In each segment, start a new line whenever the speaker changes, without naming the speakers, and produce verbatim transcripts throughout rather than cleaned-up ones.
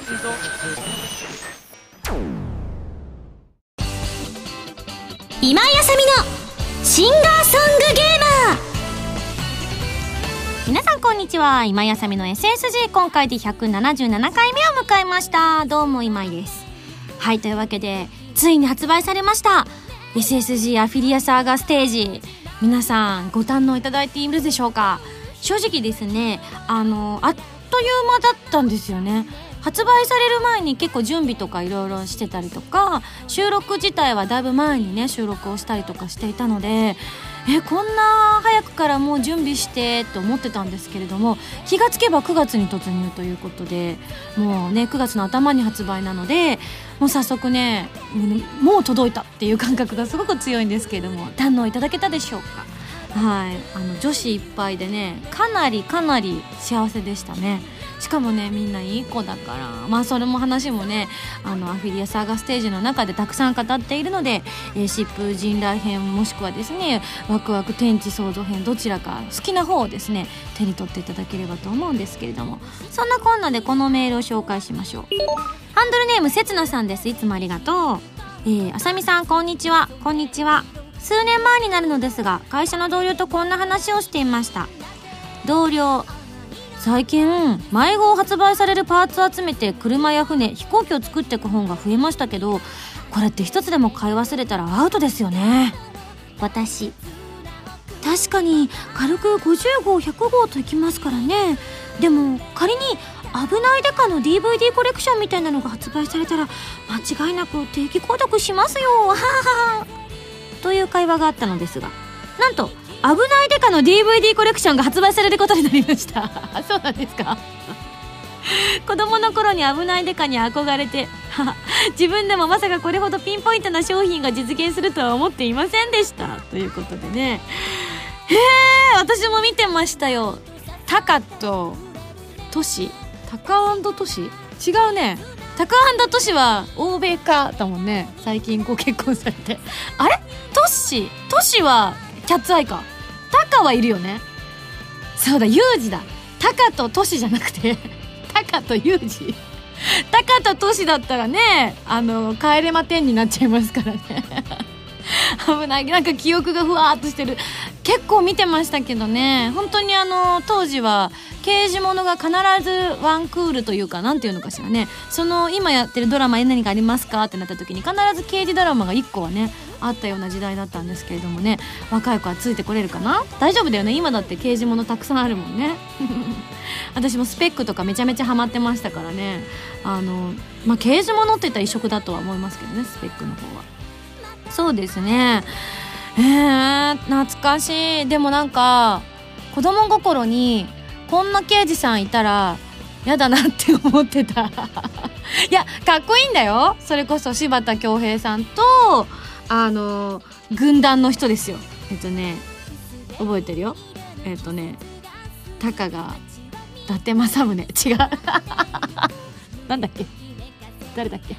今井あさみのシンガーソングゲーマー。皆さんこんにちは。今井あさみの エスエスジー 今回でひゃくななじゅうななかいめを迎えました。どうも今井です。はい、というわけでついに発売されました エスエスジー アフィリアサーガステージ。皆さんご堪能いただいているでしょうか。正直ですね、あのあっという間だったんですよね。発売される前に結構準備とかいろいろしてたりとか、収録自体はだいぶ前にね収録をしたりとかしていたので、えこんな早くからもう準備してと思ってたんですけれども、気がつけばくがつに突入ということで、もうねくがつの頭に発売なので、もう早速ねもう届いたっていう感覚がすごく強いんですけれども、堪能いただけたでしょうか。はい、あの女子いっぱいでね、かなりかなり幸せでしたね。しかもねみんないい子だから、まあそれも話もねあのアフィリアサーガステージの中でたくさん語っているので、えー、疾風陣雷編もしくはですねワクワク天地創造編、どちらか好きな方をですね手に取っていただければと思うんですけれども、そんなこんなでこのメールを紹介しましょう。ハンドルネームせつなさんです。いつもありがとう。えー、あさみさんこんにちは。こんにちは。数年前になるのですが、会社の同僚とこんな話をしていました。同僚、最近迷子を発売されるパーツを集めて車や船、飛行機を作っていく本が増えましたけど、これって一つでも買い忘れたらアウトですよね。私、確かに軽くごじゅうごうひゃくごうといきますからね。でも仮に危ないデカの ディーブイディー コレクションみたいなのが発売されたら間違いなく定期購読しますよはははという会話があったのですが、なんと危ないデカの ディーブイディー コレクションが発売されることになりましたそうなんですか子供の頃に危ないデカに憧れて自分でもまさかこれほどピンポイントな商品が実現するとは思っていませんでしたということでね。へえ、私も見てましたよ。タカとトシ、タカ&トシ違うね。タカ&トシは欧米かだもんね。最近ご結婚されて、あれトシトシはキャッツアイか。タカはいるよね。そうだ、ユージだ。タカとトシじゃなくてタカとユージタカとトシだったらね、あの帰れまてんになっちゃいますからね危ない。なんか記憶がふわーっとしてる。結構見てましたけどね。本当にあの当時は刑事物が必ずワンクールというか、なんていうのかしらね、その今やってるドラマに何かありますかってなった時に必ず刑事ドラマがいっこはねあったような時代だったんですけれどもね、若い子はついてこれるかな。大丈夫だよね、今だって刑事物たくさんあるもんね私もスペックとかめちゃめちゃハマってましたからね。あのまあ刑事物って言ったら異色だとは思いますけどね、スペックの方は。そうですね。えー、懐かしい。でもなんか子供心にこんな刑事さんいたらやだなって思ってたいやかっこいいんだよ。それこそ柴田恭兵さんとあの軍団の人ですよ。えっとね覚えてるよ。えっとねタカが伊達政宗、違うなんだっけ、誰だっけ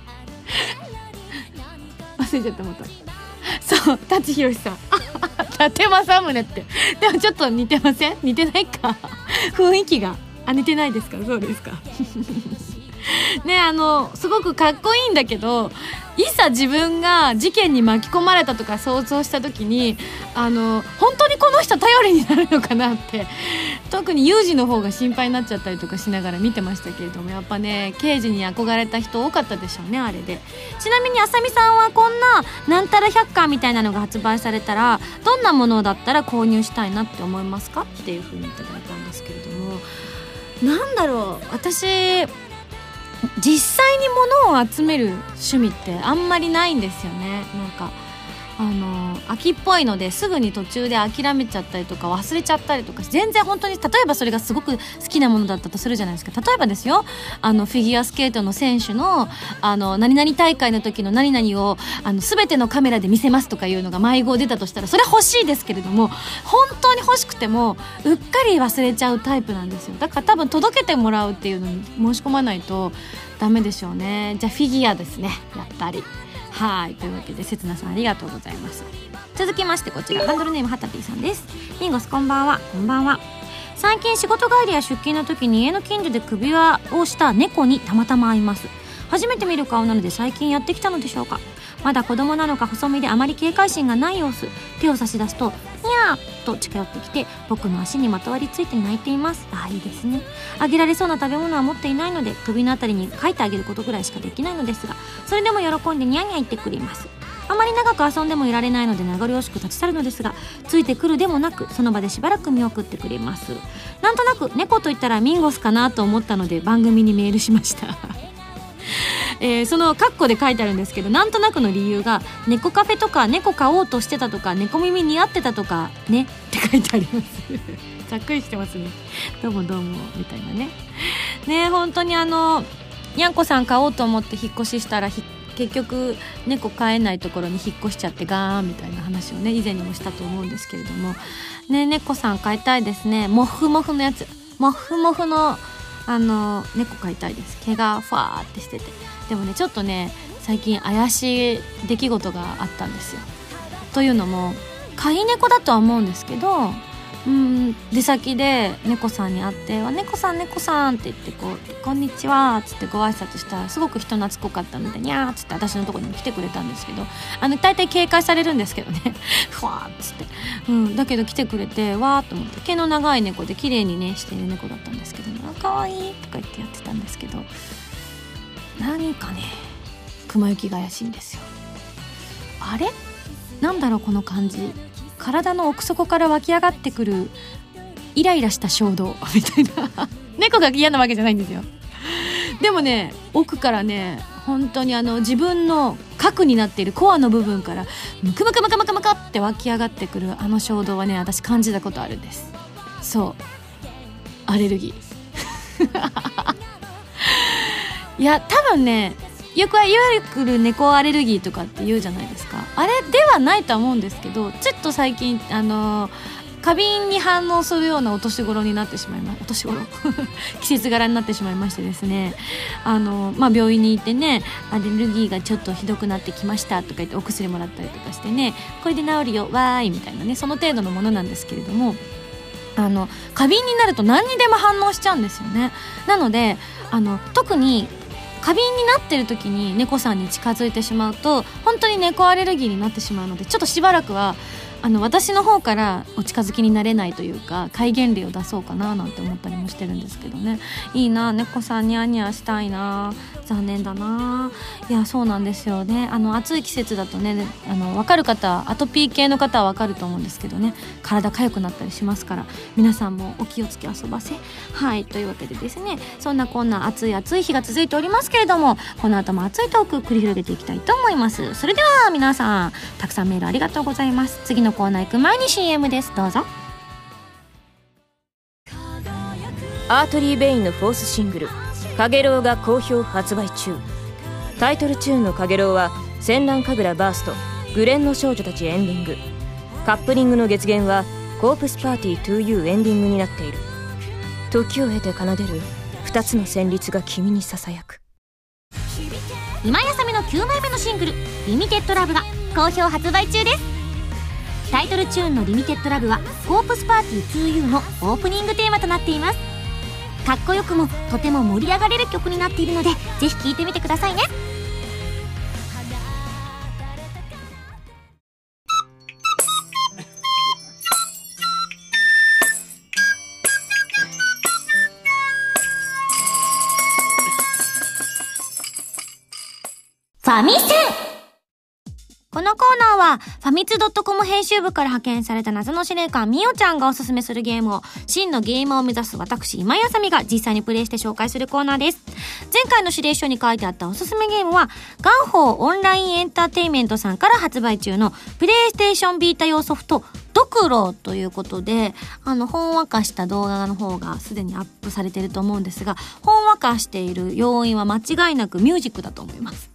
忘れちゃった。またそう舘ひろしさん伊達政宗って。でもちょっと似てません？似てないか雰囲気が。あ、似てないですか？そうですかね、あのすごくかっこいいんだけど、いざ自分が事件に巻き込まれたとか想像した時に、あの本当にこの人頼りになるのかなって、特にユージの方が心配になっちゃったりとかしながら見てましたけれども、やっぱね刑事に憧れた人多かったでしょうね、あれで。ちなみにあさみさんはこんななんたら百科みたいなのが発売されたらどんなものだったら購入したいなって思いますかっていう風にいただいたんですけれども、なんだろう、私実際に物を集める趣味ってあんまりないんですよね。なんかあの秋っぽいのですぐに途中で諦めちゃったりとか忘れちゃったりとか、全然本当に例えばそれがすごく好きなものだったとするじゃないですか。例えばですよ、あのフィギュアスケートの選手のあの何々大会の時の何々をあの全てのカメラで見せますとかいうのが迷子出たとしたら、それ欲しいですけれども、本当に欲しくてもうっかり忘れちゃうタイプなんですよ。だから多分届けてもらうっていうのに申し込まないとダメでしょうね。じゃあフィギュアですね、やっぱり。はい、というわけでせつなさんありがとうございます。続きましてこちらハンドルネームはたぴーさんです。ミンゴスこんばんは。こんばんは。 最近仕事帰りや出勤の時に家の近所で首輪をした猫にたまたま会います。初めて見る顔なので最近やってきたのでしょうか。まだ子供なのか細身であまり警戒心がない様子。手を差し出すとニャーと近寄ってきて僕の足にまとわりついて泣いています。ああ、いいですね。あげられそうな食べ物は持っていないので首のあたりに書いてあげることぐらいしかできないのですが、それでも喜んでニャーニャー言ってくれます。あまり長く遊んでもいられないので名残惜しく立ち去るのですが、ついてくるでもなくその場でしばらく見送ってくれます。なんとなく猫といったらミンゴスかなと思ったので番組にメールしましたえー、そのカッコで書いてあるんですけど、なんとなくの理由が猫カフェとか猫飼おうとしてたとか猫耳似合ってたとかねって書いてありますざっくりしてますね。どうもどうもみたいなね。ね、本当にあのにゃんこさん飼おうと思って引っ越ししたらひ結局猫飼えないところに引っ越しちゃってガーンみたいな話をね以前にもしたと思うんですけれどもね、猫さん飼いたいですね。モフモフのやつ、モフモフのあの猫飼いたいです。毛がファーってしてて、でもねちょっとね最近怪しい出来事があったんですよ。というのも飼い猫だとは思うんですけど、うん出先で猫さんに会って「猫さん猫さん」って言ってこう「こんにちは」っつってご挨拶したらすごく人懐っこかったので「にゃー」っつって私のところにも来てくれたんですけど、あの大体警戒されるんですけどねふわーっつって、うん、だけど来てくれてわーっと思って、毛の長い猫で綺麗にねしている猫だったんですけど、ね、かわいいとか言ってやってたんですけど、何かね雲行きが怪しいんですよ。あれなんだろうこの感じ、体の奥底から湧き上がってくるイライラした衝動みたいな猫が嫌なわけじゃないんですよ。でもね奥からね本当にあの自分の核になっているコアの部分からムクムクムクムクムクって湧き上がってくるあの衝動はね私感じたことあるんです。そうアレルギーいや多分ねよくはいわゆる猫アレルギーとかって言うじゃないですか。あれではないとは思うんですけど、ちょっと最近あの過敏に反応するようなお年頃になってしまいまお年頃季節柄になってしまいましてですね、あの、まあ、病院に行ってねアレルギーがちょっとひどくなってきましたとか言ってお薬もらったりとかしてね、これで治るよわーいみたいなね、その程度のものなんですけれども、あの過敏になると何にでも反応しちゃうんですよね。なのであの特に過敏になってる時に猫さんに近づいてしまうと本当に猫アレルギーになってしまうので、ちょっとしばらくはあの私の方からお近づきになれないというか戒厳令を出そうかななんて思ったりもしてるんですけどね。いいな猫さんニャーニャーしたいな、残念だな。いやそうなんですよね。あの暑い季節だとねあの分かる方アトピー系の方は分かると思うんですけどね、体痒くなったりしますから皆さんもお気をつけ遊ばせ。はいというわけでですね、そんなこんな暑い暑い日が続いておりますけれども、この後も暑いトーク繰り広げていきたいと思います。それでは皆さんたくさんメールありがとうございます。次のコーナー行く前に シーエム です。どうぞ。
アートリー・ベインのフォースシングル「かげろう」が好評発売中。タイトルチューンの「かげろう」は戦乱神楽バーストグレンの少女たちエンディング、カップリングの月限はコープスパーティー トゥーユー エンディングになっている。時を経て奏でる二つの旋律が君にささやく。
今やさみのきゅうまいめのシングル「リミテッドラブ」が好評発売中です。タイトルチューンのリミテッドラブはコープスパーティー トゥーユー のオープニングテーマとなっています。かっこよくもとても盛り上がれる曲になっているのでぜひ聴いてみてくださいね。ファミセン。このコーナーはファミツ .com 編集部から派遣された謎の司令官みおちゃんがおすすめするゲームを真のゲーマーを目指す私今井あさみが実際にプレイして紹介するコーナーです。前回の指令書に書いてあったおすすめゲームはガンホーオンラインエンターテインメントさんから発売中のプレイステーションビータ用ソフトドクロということで、あのほんわかした動画の方がすでにアップされていると思うんですが、ほんわかしている要因は間違いなくミュージックだと思います。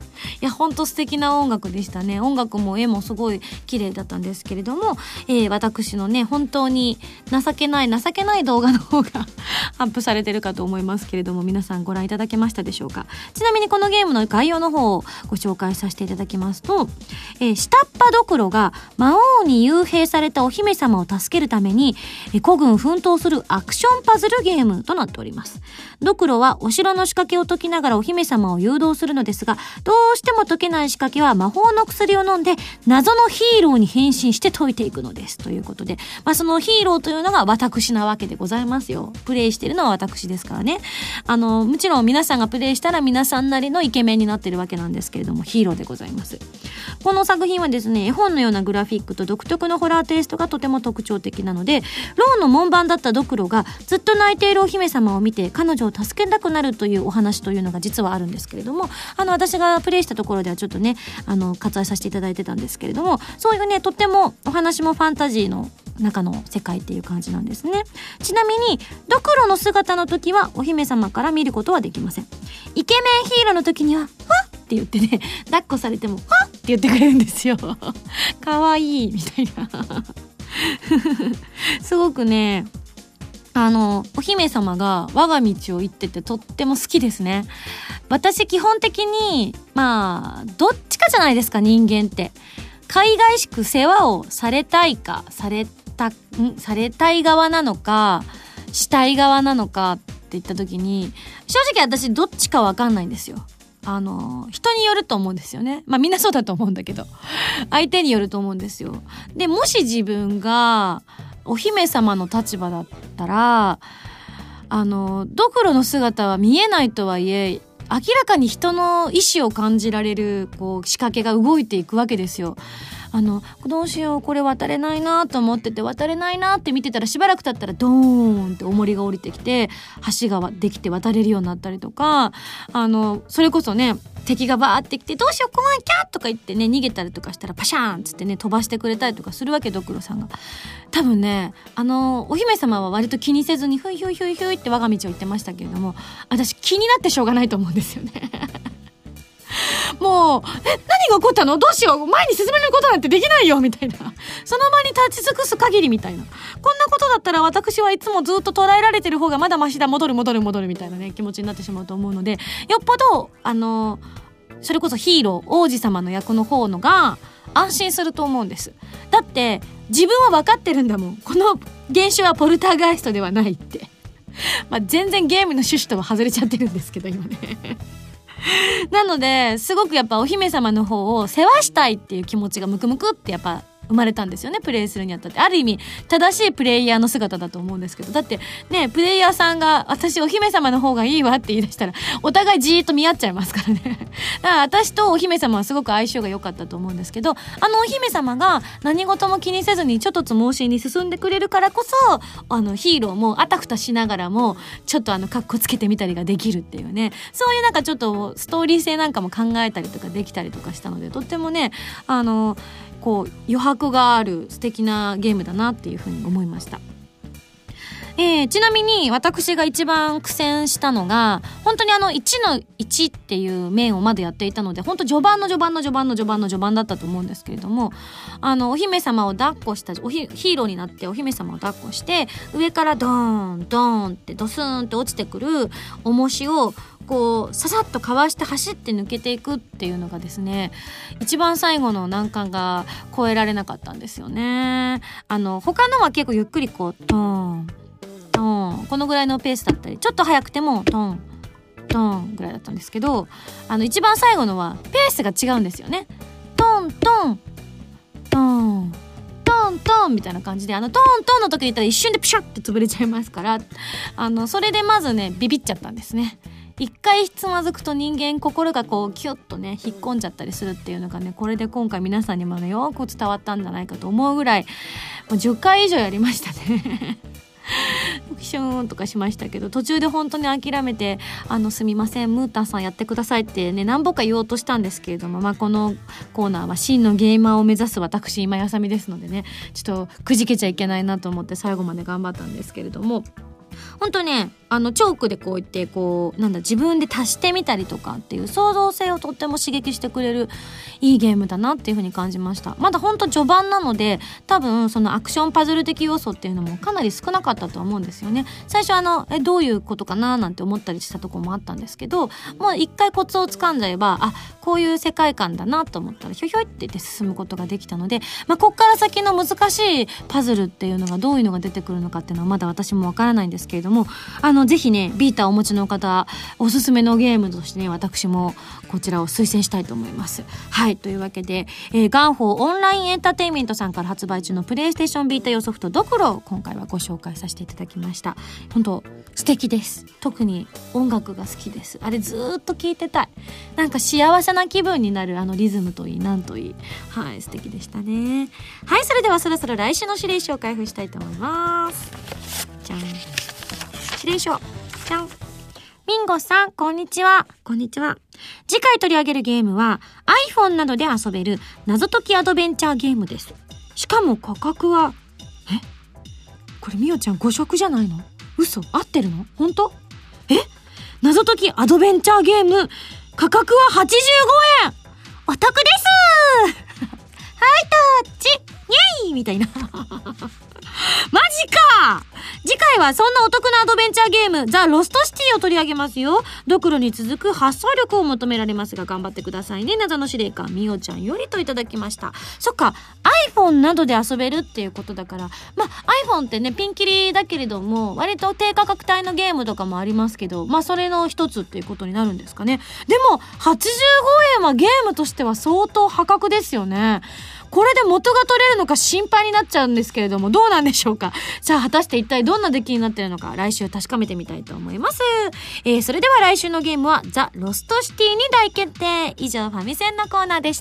やほんと素敵な音楽でしたね。音楽も絵もすごい綺麗だったんですけれども、えー、私のね本当に情けない情けない動画の方がアップされてるかと思いますけれども、皆さんご覧いただけましたでしょうか。ちなみにこのゲームの概要の方をご紹介させていただきますと、えー、下っ端ドクロが魔王に幽閉されたお姫様を助けるために、えー、孤軍奮闘するアクションパズルゲームとなっております。ドクロはお城の仕掛けを解きながらお姫様を誘導するのですが、どうしても解けない仕掛けは魔法の薬を飲んで謎のヒーローに変身して解いていくのですということで、まあ、そのヒーローというのが私なわけでございますよ。プレイしてるのは私ですからね。あのもちろん皆さんがプレイしたら皆さんなりのイケメンになってるわけなんですけれども、ヒーローでございます。この作品はですね、絵本のようなグラフィックと独特のホラーテイストがとても特徴的なので、ローの門番だったドクロがずっと泣いているお姫様を見て彼女を助けたくなるというお話というのが実はあるんですけれども、あの私がプレイしたところではちょっとねあの割愛させていただいてたんですけれども、そういうねとってもお話もファンタジーの中の世界っていう感じなんですね。ちなみにドクロの姿の時はお姫様から見ることはできません。イケメンヒーローの時にはファッって言ってね、抱っこされてもファッって言ってくれるんですよ。かわいいみたいなすごくねあのお姫様が我が道を行っててとっても好きですね。私基本的にまあどっちかじゃないですか、人間って海外しく世話をされたいかされたんされたい側なのかしたい側なのかって言った時に、正直私どっちかわかんないんですよ。あの人によると思うんですよね。まあみんなそうだと思うんだけど相手によると思うんですよ。でもし自分がお姫様の立場だったら、あのドクロの姿は見えないとはいえ明らかに人の意志を感じられるこう仕掛けが動いていくわけですよ。あのどうしようこれ渡れないなと思ってて渡れないなって見てたら、しばらく経ったらドーンって重りが降りてきて橋ができて渡れるようになったりとか、あのそれこそね敵がバーってきてどうしよう怖いキャーとか言ってね逃げたりとかしたらパシャーンっつってね飛ばしてくれたりとかするわけ、ドクロさんが。多分ねあのお姫様は割と気にせずにふいふいふいふいって我が道を行ってましたけれども、私気になってしょうがないと思うんですよねもうえ何が起こったのどうしよう前に進めることなんてできないよみたいな、その場に立ち尽くす限りみたいな、こんなことだったら私はいつもずっと捉えられてる方がまだマシだ、戻る戻る戻るみたいなね気持ちになってしまうと思うので、よっぽどあのそれこそヒーロー王子様の役の方のが安心すると思うんです。だって自分は分かってるんだもん、この現象はポルターガイストではないってまあ全然ゲームの趣旨とは外れちゃってるんですけど今ねなのですごくやっぱお姫様の方を世話したいっていう気持ちがムクムクってやっぱ生まれたんですよね。プレイするにあたってある意味正しいプレイヤーの姿だと思うんですけど、だってねプレイヤーさんが私お姫様の方がいいわって言い出したらお互いじーっと見合っちゃいますからねだから私とお姫様はすごく相性が良かったと思うんですけど、あのお姫様が何事も気にせずにちょっとつ盲信に進んでくれるからこそ、あのヒーローもあたふたしながらもちょっとあのカッコつけてみたりができるっていうね、そういうなんかちょっとストーリー性なんかも考えたりとかできたりとかしたので、とってもねあのこう余白がある素敵なゲームだなっていうふうに思いました。えー、ちなみに私が一番苦戦したのが本当にあのいちのいちっていう面をまだやっていたので、本当序盤の序盤の序盤の序盤の序盤だったと思うんですけれども、あのお姫様を抱っこしたおヒーローになってお姫様を抱っこして上からドーンドーンってドスーンって落ちてくる重しをこうささっとかわして走って抜けていくっていうのがですね、一番最後の難関が超えられなかったんですよね。あの他のは結構ゆっくりこうトーントーンこのぐらいのペースだったり、ちょっと早くてもトーントーンぐらいだったんですけど、あの一番最後のはペースが違うんですよね。トントントントントンみたいな感じで、あのトントンの時に言ったら一瞬でピシャッて潰れちゃいますから、あのそれでまずねビビっちゃったんですね。一回つまずくと人間心がこうキュッとね引っ込んじゃったりするっていうのがね、これで今回皆さんにもねよく伝わったんじゃないかと思うぐらい、もうじゅっかい以上やりましたねシューンとかしましたけど、途中で本当に諦めて、あのすみませんムーターさんやってくださいってね何本か言おうとしたんですけれども、まあこのコーナーは真のゲーマーを目指す私今やさみですのでね、ちょっとくじけちゃいけないなと思って最後まで頑張ったんですけれども、 ほんとね、あのチョークでこう言ってこうなんだ自分で足してみたりとかっていう創造性をとっても刺激してくれるいいゲームだなっていう風に感じました。まだほんと序盤なので多分そのアクションパズル的要素っていうのもかなり少なかったとは思うんですよね。最初あのえどういうことかななんて思ったりしたところもあったんですけど、もう一回コツをつかんじゃえばあこういう世界観だなと思ったらひょひょいって言って進むことができたので、まあ、こっから先の難しいパズルっていうのがどういうのが出てくるのかっていうのはまだ私もわからないんですけれども、あのぜひねビータをお持ちの方おすすめのゲームとしてね私もこちらを推薦したいと思います。はい、というわけで、えー、ガンホーオンラインエンターテインメントさんから発売中のプレイステーションビータ用ソフトドクロを今回はご紹介させていただきました。本当素敵です。特に音楽が好きです。あれずーっと聴いてたい。なんか幸せな気分になるあのリズムといいなんといい、はい素敵でしたね。はい、それではそろそろ来週の指令書を開封したいと思います。じゃん、指令書じゃん。ミンゴさんこんにちは。こんにちは。次回取り上げるゲームは iPhone などで遊べる謎解きアドベンチャーゲームです。しかも価格はえこれみおちゃん誤色じゃないの？嘘？合ってるの？本当？え謎解きアドベンチャーゲーム価格ははちじゅうごえん。お得ですはいタッチイエーイみたいなマジか。次回はそんなお得なアドベンチャーゲームザ・ロストシティを取り上げますよ。ドクロに続く発想力を求められますが頑張ってくださいね。謎の司令官みおちゃんよりといただきました。そっか iPhone などで遊べるっていうことだから、まあ iPhone ってねピンキリだけれども割と低価格帯のゲームとかもありますけど、まあそれの一つっていうことになるんですかね。でもはちじゅうごえんはゲームとしては相当破格ですよね。これで元が取れるのか心配になっちゃうんですけれどもどうなんでしょうか。さあ果たして一体どんな出来になってるのか来週確かめてみたいと思います。えー、それでは来週のゲームはザ・ロストシティに大決定。以上ファミセンのコーナーでした。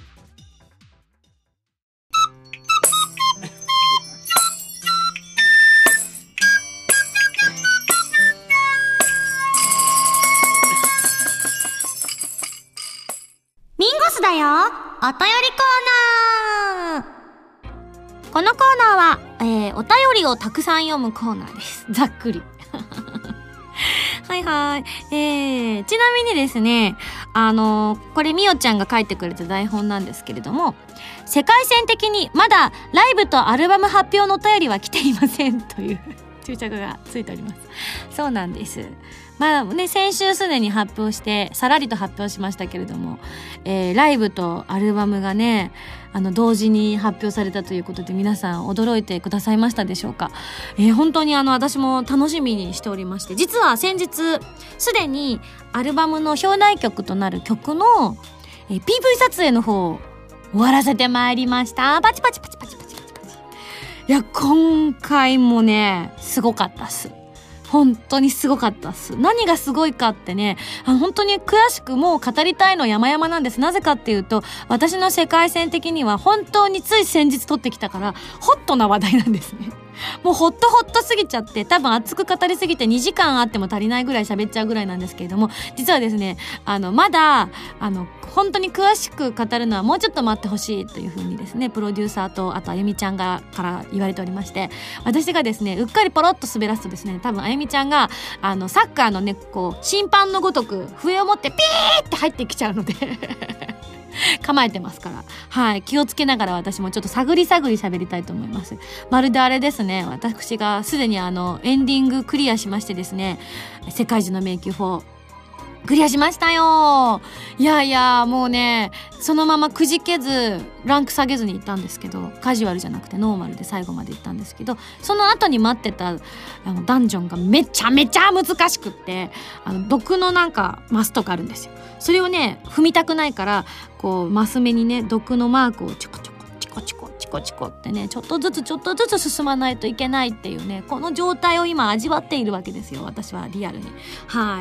ミンゴスだよお便りコーナー。このコーナーは、えー、お便りをたくさん読むコーナーです。ざっくりはいはい、えー、ちなみにですねあのー、これみおちゃんが書いてくれた台本なんですけれども、世界線的にまだライブとアルバム発表のお便りは来ていませんという注釈がついております。そうなんです。まあね、先週すでに発表してさらりと発表しましたけれども、えー、ライブとアルバムがねあの同時に発表されたということで皆さん驚いてくださいましたでしょうか。えー、本当にあの私も楽しみにしておりまして、実は先日すでにアルバムの表題曲となる曲の、えー、ピーブイ 撮影の方を終わらせてまいりました。パチパチパチパチパチパチパチ。いや今回もねすごかったっす。本当にすごかったっす。何がすごいかってね、あの本当に悔しくもう語りたいの山々なんです。なぜかっていうと、私の世界線的には本当につい先日撮ってきたからホットな話題なんですね。もうホットホットすぎちゃって、多分熱く語りすぎてにじかんあっても足りないぐらい喋っちゃうぐらいなんですけれども、実はですねあのまだあの本当に詳しく語るのはもうちょっと待ってほしいというふうにですねプロデューサーとあとあゆみちゃんがから言われておりまして、私がですねうっかりポロッと滑らすとですね多分あゆみちゃんがあのサッカーのねこう審判のごとく笛を持ってピーって入ってきちゃうので構えてますから、はい、気をつけながら私もちょっと探り探り喋りたいと思います。まるであれですね、私がすでにあのエンディングクリアしましてですね、世界中の迷宮フォークリアしましたよ。いやいやもうねそのままくじけずランク下げずに行ったんですけど、カジュアルじゃなくてノーマルで最後まで行ったんですけど、その後に待ってたあのダンジョンがめちゃめちゃ難しくって、あの毒のなんかマスとかあるんですよ。それをね踏みたくないからこうマス目にね毒のマークをチョコチョコチコチコチコチコってねちょっとずつちょっとずつ進まないといけないっていうね、この状態を今味わっているわけですよ私はリアルに。はい、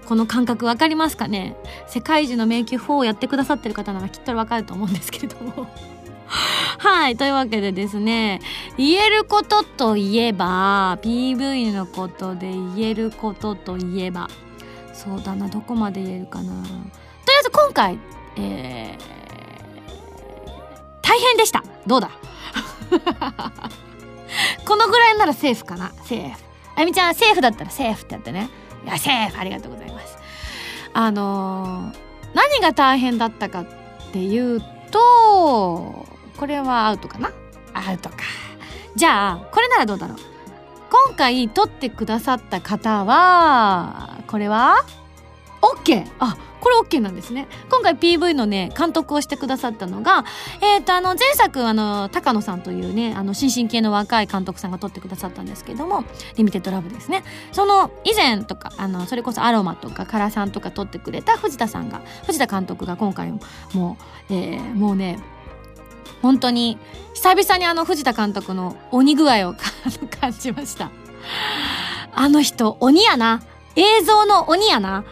この感覚わかりますかね。世界中の迷宮フォーをやってくださってる方ならきっとわかると思うんですけれどもはい、というわけでですね言えることといえば ピーブイ のことで言えることといえばそうだな、どこまで言えるかな。とりあえず今回、えー、大変でした。どうだこのぐらいならセーフかな。セーフ。 あゆみちゃんセーフだったらセーフってやってね。いやセーフありがとうございます。あのー、何が大変だったかっていうと、これはアウトかな。アウトか。じゃあこれならどうだろう。今回撮ってくださった方はこれは OK。 あ、これ OK なんですね。今回 ピーブイ のね監督をしてくださったのが、えっとあの前作あの高野さんというねあの新進系の若い監督さんが撮ってくださったんですけども、リミテッドラブですね。その以前とかあのそれこそアロマとかカラさんとか撮ってくれた藤田さんが藤田監督が今回もう、えー、もうね本当に久々にあの藤田監督の鬼具合を感じました。あの人鬼やな。映像の鬼やな。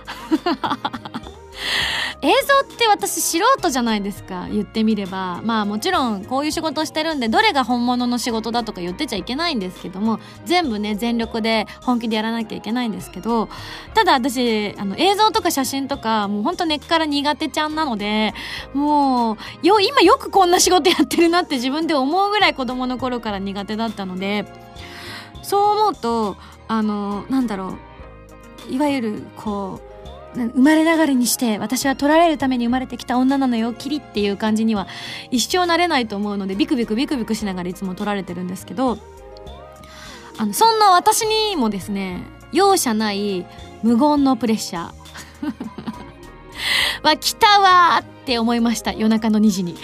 映像って私素人じゃないですか、言ってみれば。まあもちろんこういう仕事してるんでどれが本物の仕事だとか言ってちゃいけないんですけども、全部ね全力で本気でやらなきゃいけないんですけど、ただ私あの映像とか写真とかもうほんと根っから苦手ちゃんなので、もうよ今よくこんな仕事やってるなって自分で思うぐらい子供の頃から苦手だったので、そう思うとあのなんだろう、いわゆるこう生まれながらにして私は取られるために生まれてきた女なのよキリっていう感じには一生なれないと思うので、ビクビクビクビクしながらいつも取られてるんですけど、あのそんな私にもですね容赦ない無言のプレッシャーは来たわーって思いました。夜中のにじに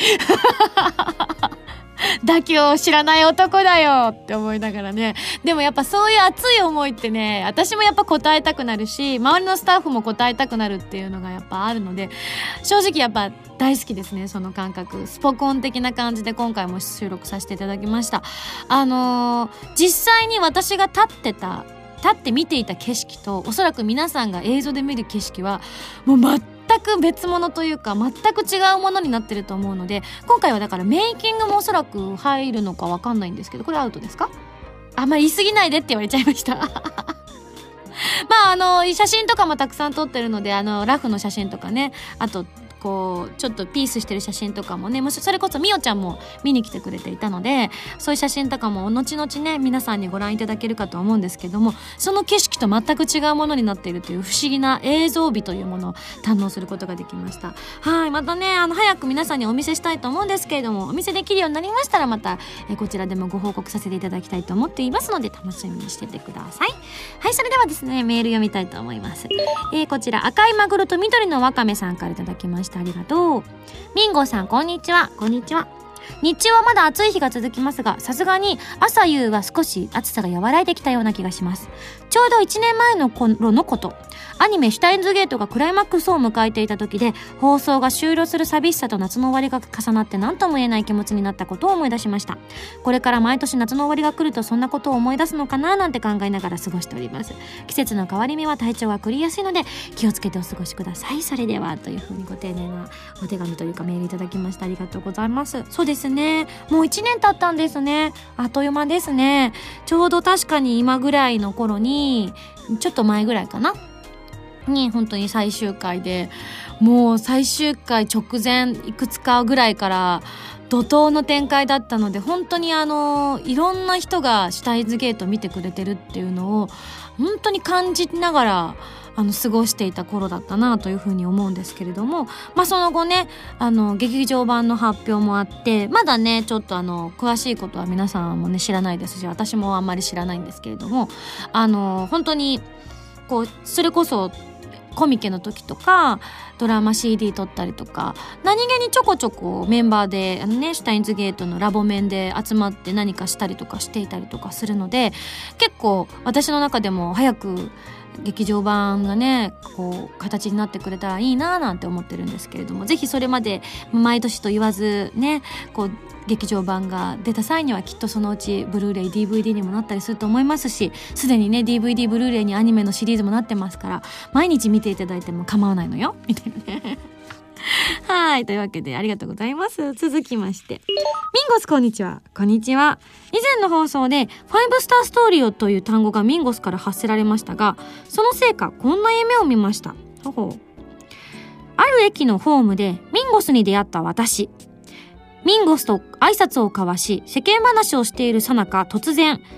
妥協知らない男だよって思いながらね。でもやっぱそういう熱い思いってね、私もやっぱ答えたくなるし、周りのスタッフも答えたくなるっていうのがやっぱあるので、正直やっぱ大好きですね、その感覚。スポコン的な感じで今回も収録させていただきました。あのー、実際に私が立ってた立って見ていた景色とおそらく皆さんが映像で見る景色はもう全く別物というか全く違うものになってると思うので、今回はだからメイキングもおそらく入るのか分かんないんですけど、これアウトですか？あんまり言い過ぎないでって言われちゃいましたまああの写真とかもたくさん撮ってるので、あのラフの写真とかね、あとこうちょっとピースしてる写真とかもね、もしそれこそみおちゃんも見に来てくれていたので、そういう写真とかも後々ね皆さんにご覧いただけるかと思うんですけども、その景色と全く違うものになっているという不思議な映像美というものを堪能することができました。はい、またねあの早く皆さんにお見せしたいと思うんですけれども、お見せできるようになりましたらまたえこちらでもご報告させていただきたいと思っていますので楽しみにしててください。はい、それではですねメール読みたいと思います。えー、こちら赤いマグロと緑のワカメさんからいただきました。ありがとう。ミンゴさんこんにちは。こんにちは。日中はまだ暑い日が続きますが、さすがに朝夕は少し暑さが和らいできたような気がします。ちょうどいちねんまえの頃のこと、アニメシュタインズゲートがクライマックスを迎えていた時で、放送が終了する寂しさと夏の終わりが重なって何とも言えない気持ちになったことを思い出しました。これから毎年夏の終わりが来るとそんなことを思い出すのかななんて考えながら過ごしております。季節の変わり目は体調が狂いやすいので気をつけてお過ごしください。それではというふうにご丁寧なお手紙というかメールいただきました。ありがとうございます。そうですね、もういちねん経ったんですね。あっという間ですね。ちょうど確かに今ぐらいの頃に、ちょっと前ぐらいかなに本当に最終回で、もう最終回直前いくつかぐらいから怒涛の展開だったので、本当にあのいろんな人がシュタインズゲート見てくれてるっていうのを本当に感じながらあの過ごしていた頃だったなというふうに思うんですけれども、まあその後ねあの劇場版の発表もあって、まだねちょっとあの詳しいことは皆さんもね知らないですし、私もあんまり知らないんですけれども、あの本当にこうそれこそコミケの時とかドラマ シーディー 撮ったりとか、何気にちょこちょこメンバーであの、ね、シュタインズゲートのラボ面で集まって何かしたりとかしていたりとかするので、結構私の中でも早く劇場版がねこう形になってくれたらいいななんて思ってるんですけれども、ぜひそれまで毎年と言わずねこう劇場版が出た際にはきっとそのうちブルーレイ ディーブイディー にもなったりすると思いますし、すでにね ディーブイディー ブルーレイにアニメのシリーズもなってますから、毎日見ていただいても構わないのよみたいなねはい、というわけでありがとうございます。続きまして、ミンゴスこんにちは。こんにちは。以前の放送でファイブスターストーリーという単語がミンゴスから発せられましたが、そのせいかこんな夢を見ました。ほほう。ある駅のホームでミンゴスに出会った私。ミンゴスと挨拶を交わし世間話をしているさなか、突然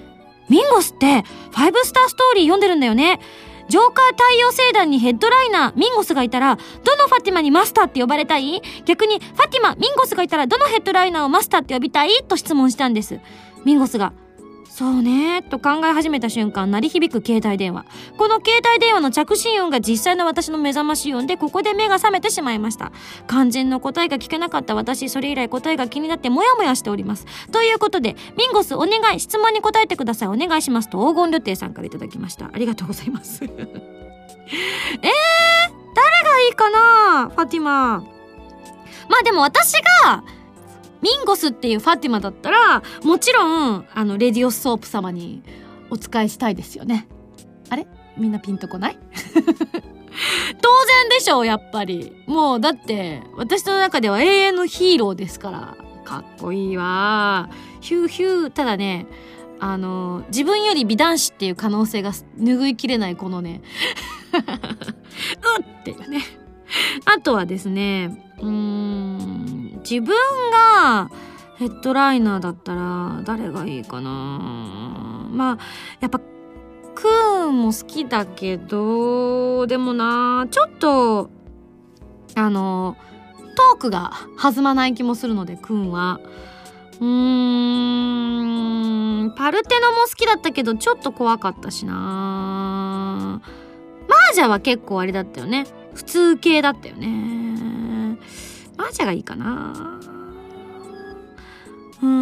ミンゴスってファイブスターストーリー読んでるんだよね。ジョーカー太陽星団にヘッドライナーミンゴスがいたらどのファティマにマスターって呼ばれたい？逆にファティマミンゴスがいたらどのヘッドライナーをマスターって呼びたい？と質問したんです。ミンゴスがそうねと考え始めた瞬間、鳴り響く携帯電話。この携帯電話の着信音が実際の私の目覚まし音で、ここで目が覚めてしまいました。肝心の答えが聞けなかった私、それ以来答えが気になってモヤモヤしております。ということで、ミンゴスお願い、質問に答えてください、お願いしますと黄金旅亭さんからいただきました。ありがとうございます。えー、誰がいいかな、ファティマ。まあでも私がミンゴスっていうファティマだったら、もちろんあのレディオソープ様にお使いしたいですよね。あれみんなピンとこない？当然でしょう、やっぱり。もうだって私の中では永遠のヒーローですから。かっこいいわ。ヒューヒュー。ただね、あの自分より美男子っていう可能性が拭いきれないこのねうっていうね。あとはですね、うーん、自分がヘッドライナーだったら誰がいいかな。まあやっぱクーンも好きだけど、でもなちょっとあのトークが弾まない気もするので、クーンはうーんパルテノも好きだったけどちょっと怖かったしな。マージャは結構あれだったよね、普通系だったよね。マージャがいいかな。うん。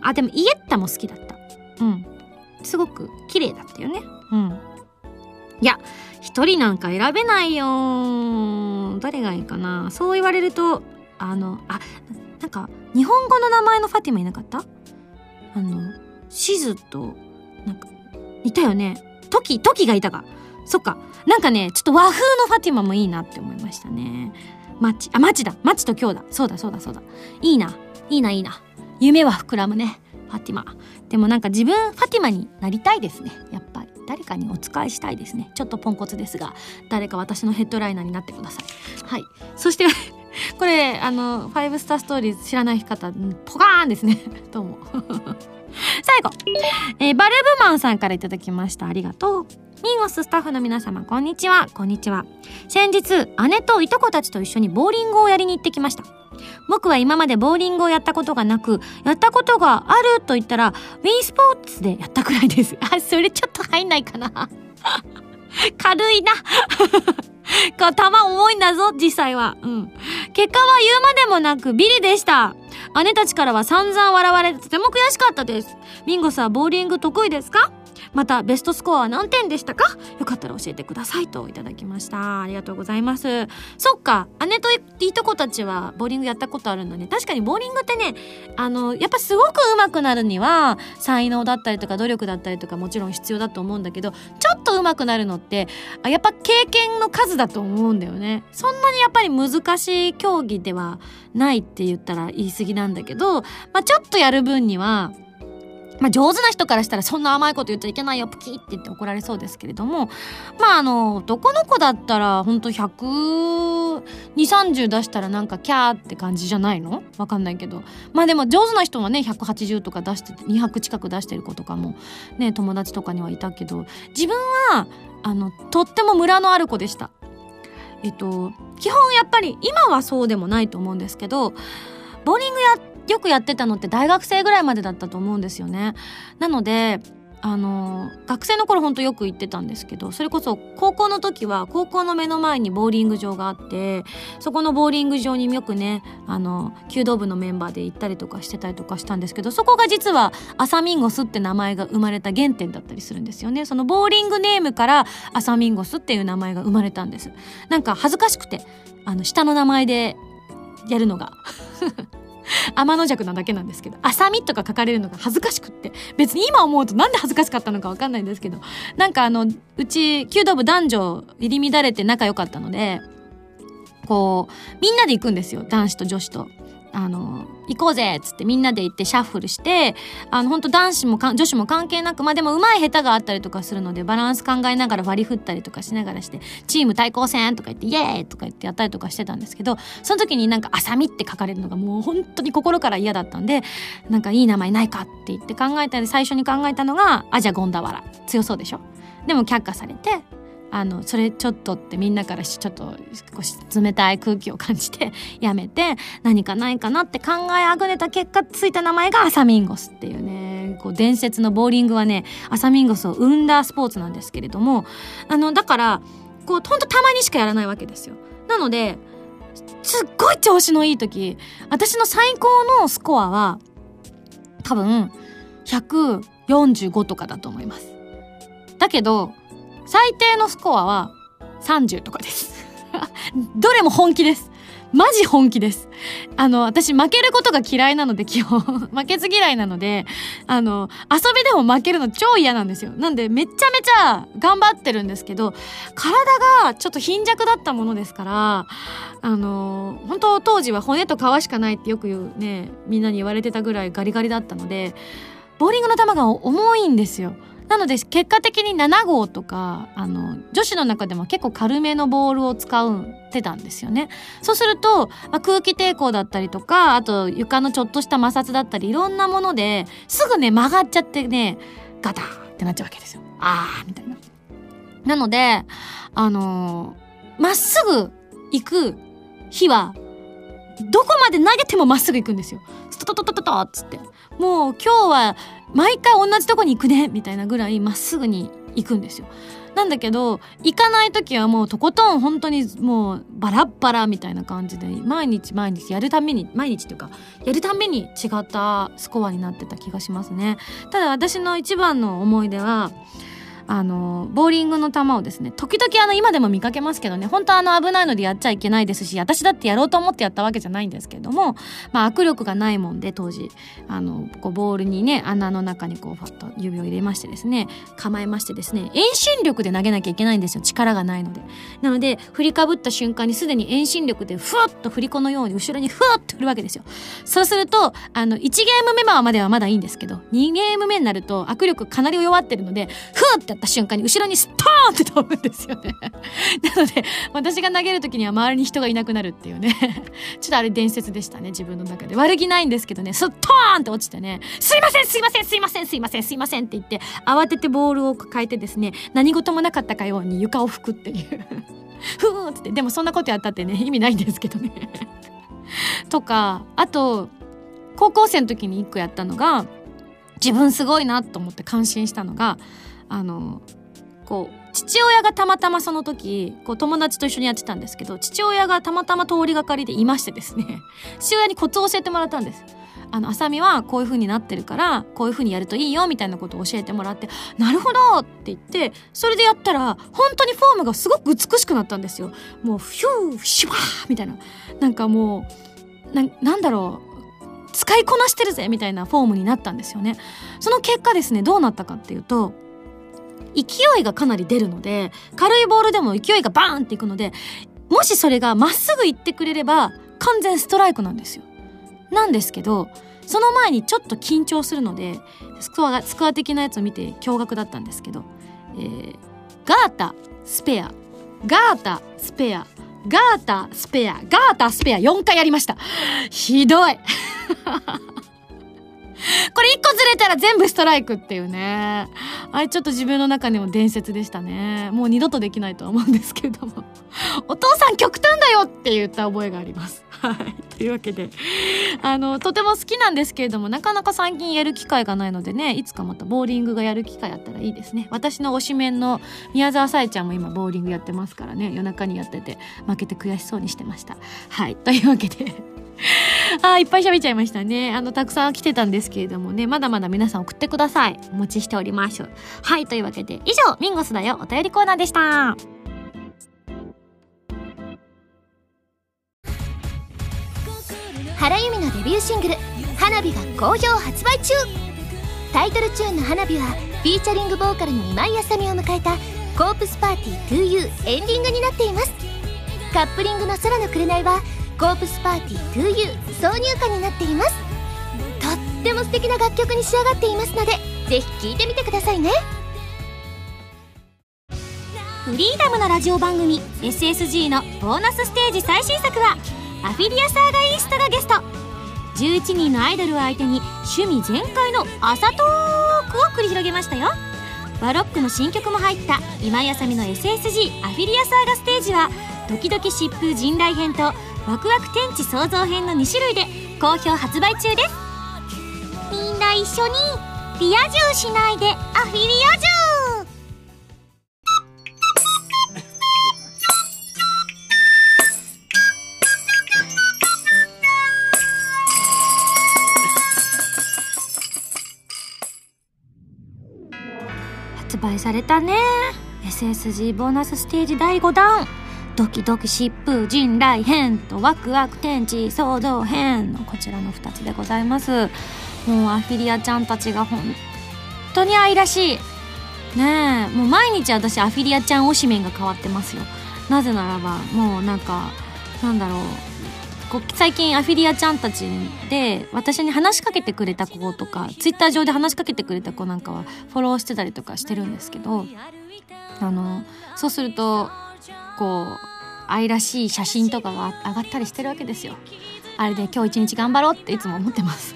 あ、でもイエッタも好きだった。うん。すごく綺麗だったよね。うん。いや、一人なんか選べないよ。誰がいいかな。そう言われると、あの、あ、なんか日本語の名前のファティマいなかった？あの、シズと、なんか、いたよね。トキ、トキがいたか。そっか。なんかね、ちょっと和風のファティマもいいなって思いましたね。マッチ、あ、マッチだ。マッチと今日だ。そうだそうだそうだ。いいな。いいな、いいな。夢は膨らむね。ファティマ。でもなんか自分、ファティマになりたいですね。やっぱり。誰かにお使いしたいですね。ちょっとポンコツですが、誰か私のヘッドライナーになってください。はい。そして、これ、あの、ファイブスターストーリー知らない方、ポカーンですね。どうも。最後、えー、バルブマンさんからいただきました。ありがとう。ミンゴススタッフの皆様、こんにちは。こんにちは。先日、姉といとこたちと一緒にボーリングをやりに行ってきました。僕は今までボーリングをやったことがなく、やったことがあると言ったら、ウィースポーツでやったくらいです。あ、それちょっと入んないかな。軽いな。こう、球重いんだぞ、実際は。うん。結果は言うまでもなくビリでした。姉たちからは散々笑われてとても悔しかったです。ミンゴスはボーリング得意ですか？またベストスコアは何点でしたか？よかったら教えてくださいといただきました。ありがとうございます。そっか、姉といとこたちはボーリングやったことあるんだね。確かにボーリングってね、あのやっぱすごく上手くなるには才能だったりとか努力だったりとかもちろん必要だと思うんだけど、ちょっと上手くなるのってやっぱ経験の数だと思うんだよね。そんなにやっぱり難しい競技ではないって言ったら言い過ぎなんだけど、まあ、ちょっとやる分にはまあ、上手な人からしたらそんな甘いこと言っちゃいけないよプキって言って怒られそうですけれども、まああの男の子だったらほんとひゃくにじゅう、さんじゅう出したらなんかキャーって感じじゃないの？わかんないけど、まあでも上手な人はねひゃくはちじゅうとか出しててにひゃく近く出してる子とかもね友達とかにはいたけど、自分はあのとってもムラのある子でした。えっと基本やっぱり今はそうでもないと思うんですけど、ボーリングやよくやってたのって大学生ぐらいまでだったと思うんですよね。なのであの学生の頃ほんとよく行ってたんですけど、それこそ高校の時は高校の目の前にボーリング場があって、そこのボーリング場によくねあの弓道部のメンバーで行ったりとかしてたりとかしたんですけど、そこが実はアサミンゴスって名前が生まれた原点だったりするんですよね。そのボーリングネームからアサミンゴスっていう名前が生まれたんです。なんか恥ずかしくてあの下の名前でやるのが天の弱なだけなんですけど、あさみとか書かれるのが恥ずかしくって、別に今思うとなんで恥ずかしかったのか分かんないんですけど、なんかあのうち弓道部男女入り乱れて仲良かったので、こうみんなで行くんですよ、男子と女子と。 あの行こうぜっつってみんなで行ってシャッフルして、あの本当男子もか女子も関係なく、まあでも上手い下手があったりとかするのでバランス考えながら割り振ったりとかしながらして、チーム対抗戦とか言ってイエーイとか言ってやったりとかしてたんですけど、その時になんかあさみって書かれるのがもう本当に心から嫌だったんで、なんかいい名前ないかって言って考えたり、最初に考えたのがアジャゴンダワラ、強そうでしょ。でも却下されて、あのそれちょっとってみんなからちょっと冷たい空気を感じてやめて、何かないかなって考えあぐねた結果ついた名前がアサミンゴスっていうね、こう伝説のボーリングはねアサミンゴスを生んだスポーツなんですけれども、あのだからこうほんとたまにしかやらないわけですよ。なのですっごい調子のいい時、私の最高のスコアは多分ひゃくよんじゅうごとかだと思います。だけど最低のスコアはさんじゅうとかですどれも本気です。マジ本気です。あの私負けることが嫌いなので、基本負けず嫌いなので、あの遊びでも負けるの超嫌なんですよ。なんでめちゃめちゃ頑張ってるんですけど、体がちょっと貧弱だったものですから、あの本当当時は骨と皮しかないってよく言うね、みんなに言われてたぐらいガリガリだったので、ボーリングの球が重いんですよ。なので結果的になな号とか、あの女子の中でも結構軽めのボールを使ってたんですよね。そうすると、まあ、空気抵抗だったりとか、あと床のちょっとした摩擦だったり、いろんなものですぐね曲がっちゃってね、ガターってなっちゃうわけですよ。あーみたいな。なのであのー、まっすぐ行く日はどこまで投げてもまっすぐ行くんですよ。ストトトトトトっつって、もう今日は毎回同じとこに行くねみたいなぐらいまっすぐに行くんですよ。なんだけど行かない時はもうとことん本当にもうバラッバラみたいな感じで、毎日毎日やるために毎日っていうかやるために違ったスコアになってた気がしますね。ただ私の一番の思い出は、あのボーリングの球をですね、時々あの今でも見かけますけどね、本当はあの危ないのでやっちゃいけないですし、私だってやろうと思ってやったわけじゃないんですけれども、まあ握力がないもんで、当時あのこうボールにね穴の中にこうファッと指を入れましてですね、構えましてですね、遠心力で投げなきゃいけないんですよ、力がないので。なので振りかぶった瞬間にすでに遠心力でふわっと振り子のように後ろにふわっと振るわけですよ。そうするとあのいちゲーム目まではまだいいんですけど、にゲーム目になると握力かなり弱ってるので、ふわってやった瞬間に後ろにストーンって飛ぶんですよねなので私が投げる時には周りに人がいなくなるっていうねちょっとあれ伝説でしたね、自分の中で。悪気ないんですけどね、ストーンって落ちてね、すいませんすいませんすいませんすいませんすいませんって言って慌ててボールを変えてですね、何事もなかったかように床を拭くっていうふーって。でもそんなことやったってね意味ないんですけどねとか、あと高校生の時に一個やったのが、自分すごいなと思って感心したのが、あのこう父親がたまたまその時こう友達と一緒にやってたんですけど、父親がたまたま通りがかりでいましてですね、父親にコツを教えてもらったんです。あのあさみはこういう風になってるからこういう風にやるといいよみたいなことを教えてもらって、なるほどって言って、それでやったら本当にフォームがすごく美しくなったんですよ。もうヒューシュワーみたいな、なんかもう な, なんだろう使いこなしてるぜみたいなフォームになったんですよね。その結果ですね、どうなったかっていうと、勢いがかなり出るので、軽いボールでも勢いがバーンっていくので、もしそれがまっすぐ行ってくれれば完全ストライクなんですよ。なんですけどその前にちょっと緊張するので、スコアがスコア的なやつを見て驚愕だったんですけど、えー、ガータスペアガータスペアガータスペアガータスペアよんかいやりました。ひどいこれいっこずれたら全部ストライクっていうね、あれちょっと自分の中でも伝説でしたね。もう二度とできないとは思うんですけれどもお父さん極端だよって言った覚えがあります。はいというわけであのとても好きなんですけれども、なかなか最近やる機会がないのでね、いつかまたボーリングがやる機会あったらいいですね。私の推しメンの宮沢さえちゃんも今ボーリングやってますからね、夜中にやってて負けて悔しそうにしてました。はいというわけであーいっぱい喋っちゃいましたね。あのたくさん来てたんですけれどもね、まだまだ皆さん送ってください。お待ちしております。はいというわけで以上、ミンゴスだよお便りコーナーでした。
原由美のデビューシングル「花火」が好評発売中。タイトルチューンの「花火」はフィーチャリングボーカルの今井あさみを迎えた「コープスパーティー トゥーユー」エンディングになっています。カップリングの「空の紅」はコープスパーティー トゥーユー 挿入歌になっています。とっても素敵な楽曲に仕上がっていますので、ぜひ聴いてみてくださいね。
フリーダムなラジオ番組 エスエスジー のボーナスステージ最新作はアフィリアサーガイーストがゲスト。じゅういちにんのアイドルを相手に趣味全開の朝トークを繰り広げましたよ。バロックの新曲も入った今井あさみの エスエスジー アフィリアサーガステージはドキドキ疾風陣雷編とワクワク天地創造編のに種類で好評発売中です。みんな一緒にリア充しないでアフィリア充。発売されたね。 エスエスジー ボーナスステージだいごだん、ドキドキ疾風陣雷編とワクワク天地創造編のこちらのふたつでございます。もうアフィリアちゃんたちが本当に愛らしいねえ。もう毎日私アフィリアちゃん推しメンが変わってますよ。なぜならばもうなんかなんだろう、こう最近アフィリアちゃんたちで私に話しかけてくれた子とか、ツイッター上で話しかけてくれた子なんかはフォローしてたりとかしてるんですけど、あのそうするとこう愛らしい写真とかが上がったりしてるわけですよ。あれで今日一日頑張ろうっていつも思ってます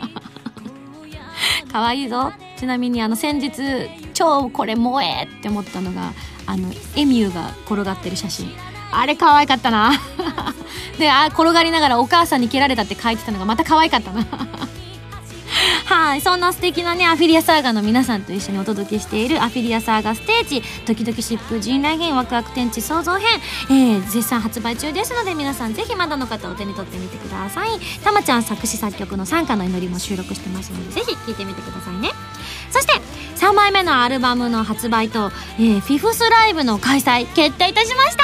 可愛いぞ。ちなみにあの先日超これ萌えって思ったのがあのエミューが転がってる写真、あれ可愛かったなで、あ転がりながらお母さんに蹴られたって書いてたのがまた可愛かったなはい、そんな素敵なねアフィリアサーガの皆さんと一緒にお届けしているアフィリアサーガステージドキドキ疾風陣雷編ワクワク天地創造編、えー、絶賛発売中ですので、皆さんぜひまだの方お手に取ってみてください。たまちゃん作詞作曲の賛歌の祈りも収録してますので、ぜひ聴いてみてくださいね。そしてさんまいめのアルバムの発売と、えー、フィフスライブの開催決定いたしました。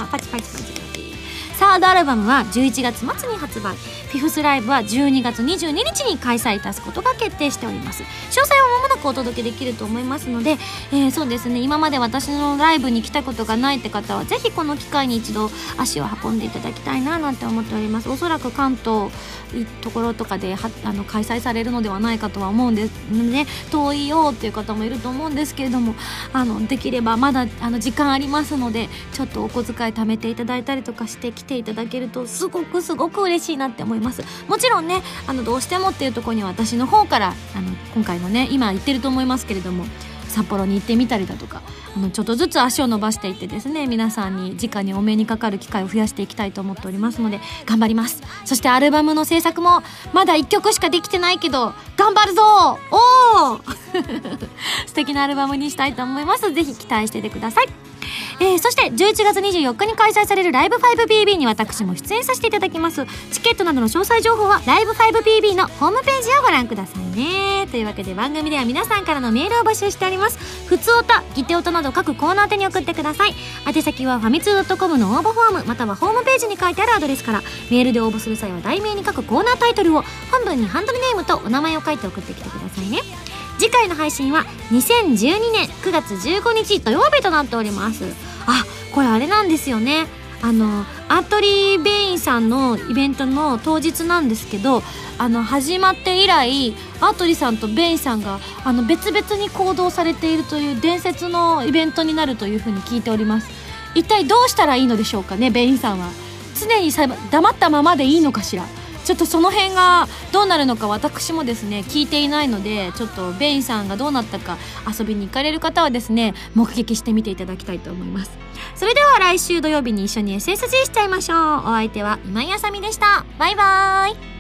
パチパチパチパチ。サードアルバムはじゅういちがつ末に発売、フィフスライブはじゅうにがつにじゅうににちに開催いたすことが決定しております。詳細は間もなくお届けできると思いますので、えー、そうですね、今まで私のライブに来たことがないって方はぜひこの機会に一度足を運んでいただきたいななんて思っております。おそらく関東ところとかではあの開催されるのではないかとは思うんですね。遠いよっていう方もいると思うんですけれども、あのできればまだあの時間ありますので、ちょっとお小遣い貯めていただいたりとかして来ていただけるとすごくすごく嬉しいなって思います。もちろんね、あのどうしてもっていうところには私の方からあの今回のね今言ってると思いますけれども、札幌に行ってみたりだとか、あのちょっとずつ足を伸ばしていってですね、皆さんに直にお目にかかる機会を増やしていきたいと思っておりますので頑張ります。そしてアルバムの制作もまだいっきょくしかできてないけど頑張るぞおー素敵なアルバムにしたいと思います。ぜひ期待しててください。えー、そしてじゅういちがつにじゅうよっかに開催されるライブ ファイブビービー に私も出演させていただきます。チケットなどの詳細情報はライブ ファイブビービー のホームページをご覧くださいね。というわけで番組では皆さんからのメールを募集しております。ふつおた、ぎておたなど各コーナー宛てに送ってください。宛先はファミツー .com の応募フォームまたはホームページに書いてあるアドレスから。メールで応募する際は題名に各コーナータイトルを、本文にハンドルネームとお名前を書いて送ってきてくださいね。次回の配信はにせんじゅうにねんくがつじゅうごにち土曜日となっております。あ、これあれなんですよね、あのアートリー・ベインさんのイベントの当日なんですけど、あの始まって以来アートリーさんとベインさんがあの別々に行動されているという伝説のイベントになるというふうに聞いております。一体どうしたらいいのでしょうかね。ベインさんは常にさ黙ったままでいいのかしら。ちょっとその辺がどうなるのか私もですね聞いていないので、ちょっとベインさんがどうなったか遊びに行かれる方はですね目撃してみていただきたいと思います。それでは来週土曜日に一緒に エスエスジー しちゃいましょう。お相手は今井あさみでした。バイバーイ。